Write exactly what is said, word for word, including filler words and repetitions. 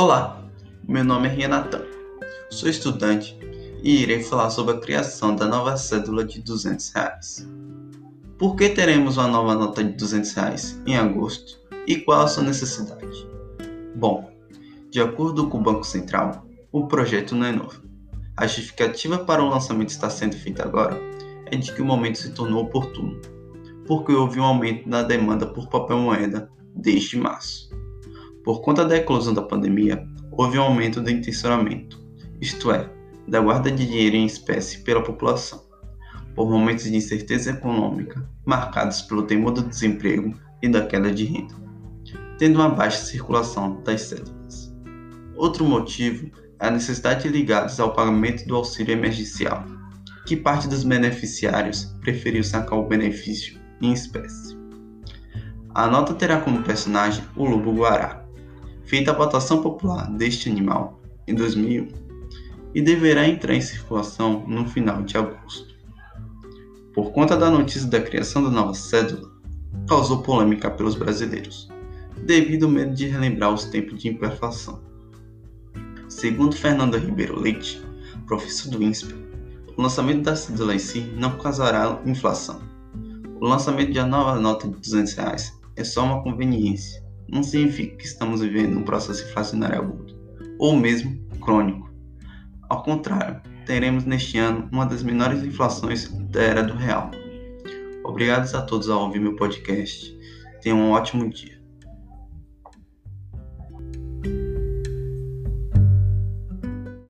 Olá, meu nome é Renatan, sou estudante e irei falar sobre a criação da nova cédula de duzentos reais. Por que teremos uma nova nota de duzentos reais em agosto e qual a sua necessidade? Bom, de acordo com o Banco Central, o projeto não é novo. A justificativa para o lançamento estar sendo feita agora é de que o momento se tornou oportuno, porque houve um aumento na demanda por papel moeda desde março. Por conta da eclosão da pandemia, houve um aumento do intencionamento, isto é, da guarda de dinheiro em espécie pela população, por momentos de incerteza econômica marcados pelo temor do desemprego e da queda de renda, tendo uma baixa circulação das cédulas. Outro motivo é a necessidade ligada ao pagamento do auxílio emergencial, que parte dos beneficiários preferiu sacar o benefício em espécie. A nota terá como personagem o lobo-guará, feita a votação popular deste animal em dois mil e um, e deverá entrar em circulação no final de agosto. Por conta da notícia da criação da nova cédula, causou polêmica pelos brasileiros, devido ao medo de relembrar os tempos de hiperinflação. Segundo Fernanda Ribeiro Leite, professor do INSPER, o lançamento da cédula em si não causará inflação. O lançamento de uma nova nota de duzentos reais é só uma conveniência, não significa que estamos vivendo um processo inflacionário agudo, ou mesmo crônico. Ao contrário, teremos neste ano uma das menores inflações da era do real. Obrigado a todos ao ouvir meu podcast. Tenham um ótimo dia.